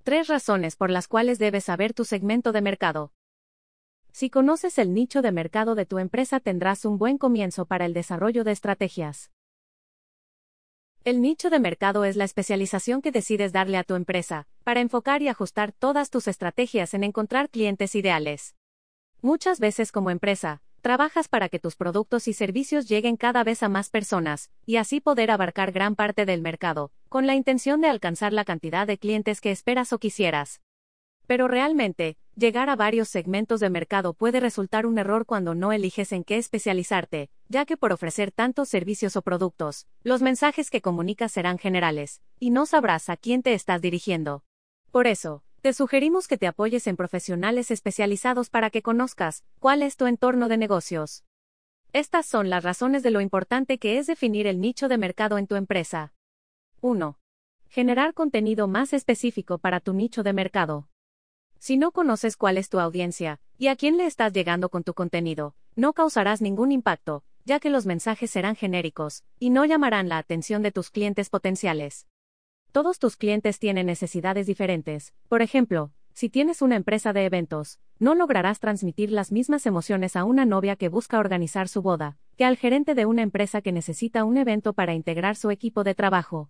3 razones por las cuales debes saber tu segmento de mercado. Si conoces el nicho de mercado de tu empresa, tendrás un buen comienzo para el desarrollo de estrategias. El nicho de mercado es la especialización que decides darle a tu empresa, para enfocar y ajustar todas tus estrategias en encontrar clientes ideales. Muchas veces como empresa, trabajas para que tus productos y servicios lleguen cada vez a más personas, y así poder abarcar gran parte del mercado, con la intención de alcanzar la cantidad de clientes que esperas o quisieras. Pero realmente, llegar a varios segmentos de mercado puede resultar un error cuando no eliges en qué especializarte, ya que por ofrecer tantos servicios o productos, los mensajes que comunicas serán generales, y no sabrás a quién te estás dirigiendo. Por eso, te sugerimos que te apoyes en profesionales especializados para que conozcas cuál es tu entorno de negocios. Estas son las razones de lo importante que es definir el nicho de mercado en tu empresa. 1. Generar contenido más específico para tu nicho de mercado. Si no conoces cuál es tu audiencia, y a quién le estás llegando con tu contenido, no causarás ningún impacto, ya que los mensajes serán genéricos, y no llamarán la atención de tus clientes potenciales. Todos tus clientes tienen necesidades diferentes. Por ejemplo, si tienes una empresa de eventos, no lograrás transmitir las mismas emociones a una novia que busca organizar su boda, que al gerente de una empresa que necesita un evento para integrar su equipo de trabajo.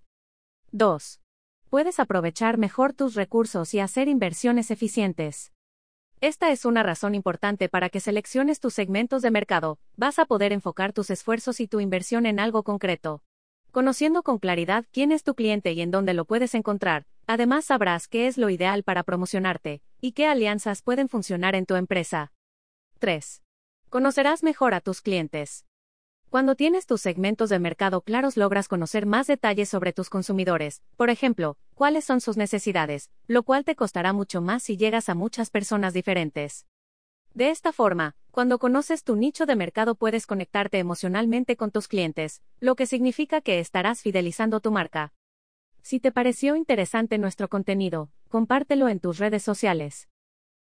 2. Puedes aprovechar mejor tus recursos y hacer inversiones eficientes. Esta es una razón importante para que selecciones tus segmentos de mercado. Vas a poder enfocar tus esfuerzos y tu inversión en algo concreto. Conociendo con claridad quién es tu cliente y en dónde lo puedes encontrar, además sabrás qué es lo ideal para promocionarte, y qué alianzas pueden funcionar en tu empresa. 3. Conocerás mejor a tus clientes. Cuando tienes tus segmentos de mercado claros, logras conocer más detalles sobre tus consumidores, por ejemplo, cuáles son sus necesidades, lo cual te costará mucho más si llegas a muchas personas diferentes. De esta forma, cuando conoces tu nicho de mercado puedes conectarte emocionalmente con tus clientes, lo que significa que estarás fidelizando tu marca. Si te pareció interesante nuestro contenido, compártelo en tus redes sociales.